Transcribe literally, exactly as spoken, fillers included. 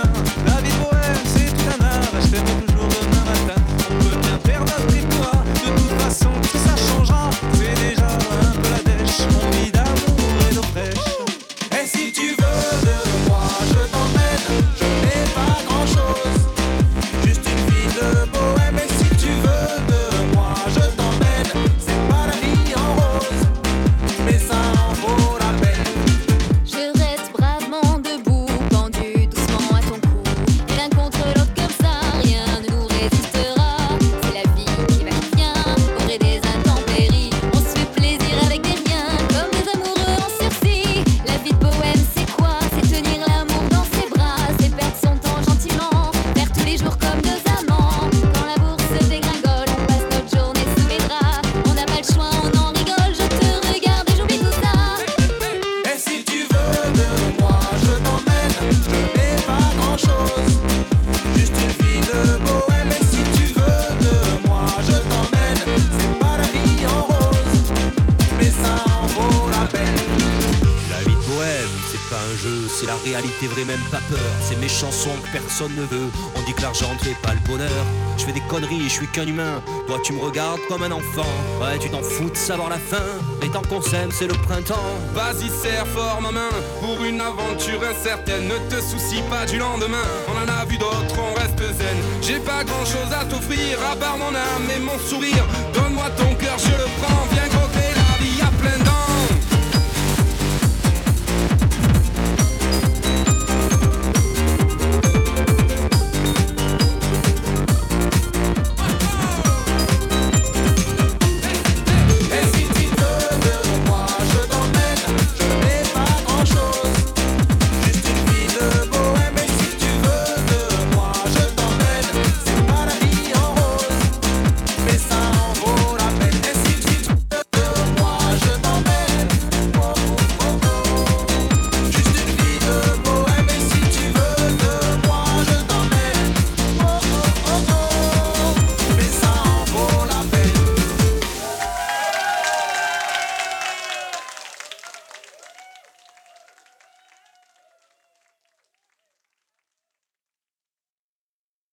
demain. La vie bohème, c'est tout un art. Je t'aimerai toujours demain matin. On peut bien perdre notre époix. De toute façon, tout ça changera. C'est déjà un peu la dèche. On vit d'amour et d'eau fraîche. Et si tu veux de moi, je t'emmène. Je n'ai pas grand chose, juste une vie de bohème. Et si tu veux de moi, je t'emmène. C'est pas la vie en rose, mais ça en vaut la peine. Je reste bravement debout, pendu doucement à ton cou. L'un contre l'autre comme ça, rien ne nous résistera. C'est la vie qui va qui vient, au gré des intempéries. On se fait plaisir avec des riens, comme des amoureux en sursis. La vie de bohème, c'est quoi? C'est tenir l'amour dans ses bras, c'est perdre son temps gentiment, faire tous les jours comme deux amants. Quand la bourse dégringole, on passe notre journée sous les draps. On n'a pas le choix, on en rigole. Je te regarde et j'oublie tout ça. Et si tu veux de moi, je t'emmène. Je n'ai pas grand chose, juste une vie de bohème. Et si tu veux de moi, je t'emmène. C'est pas la vie en rose, mais ça en vaut la peine. La vie de bohème, c'est pas un jeu, c'est la réalité vraie, même pas peur. C'est mes chansons que personne ne veut. On dit que l'argent ne fait pas le bonheur. Je fais des conneries, je suis qu'un humain. Toi tu me regardes comme un enfant. Ouais, tu t'en fous de savoir la fin. Mais tant qu'on s'aime, c'est le printemps. Vas-y, serre fort ma main pour une aventure incertaine. Ne te soucie pas du lendemain, on en a vu d'autres, on reste zen. J'ai pas grand chose à t'offrir à part mon âme et mon sourire. Donne-moi ton cœur, je le prends, viens croquer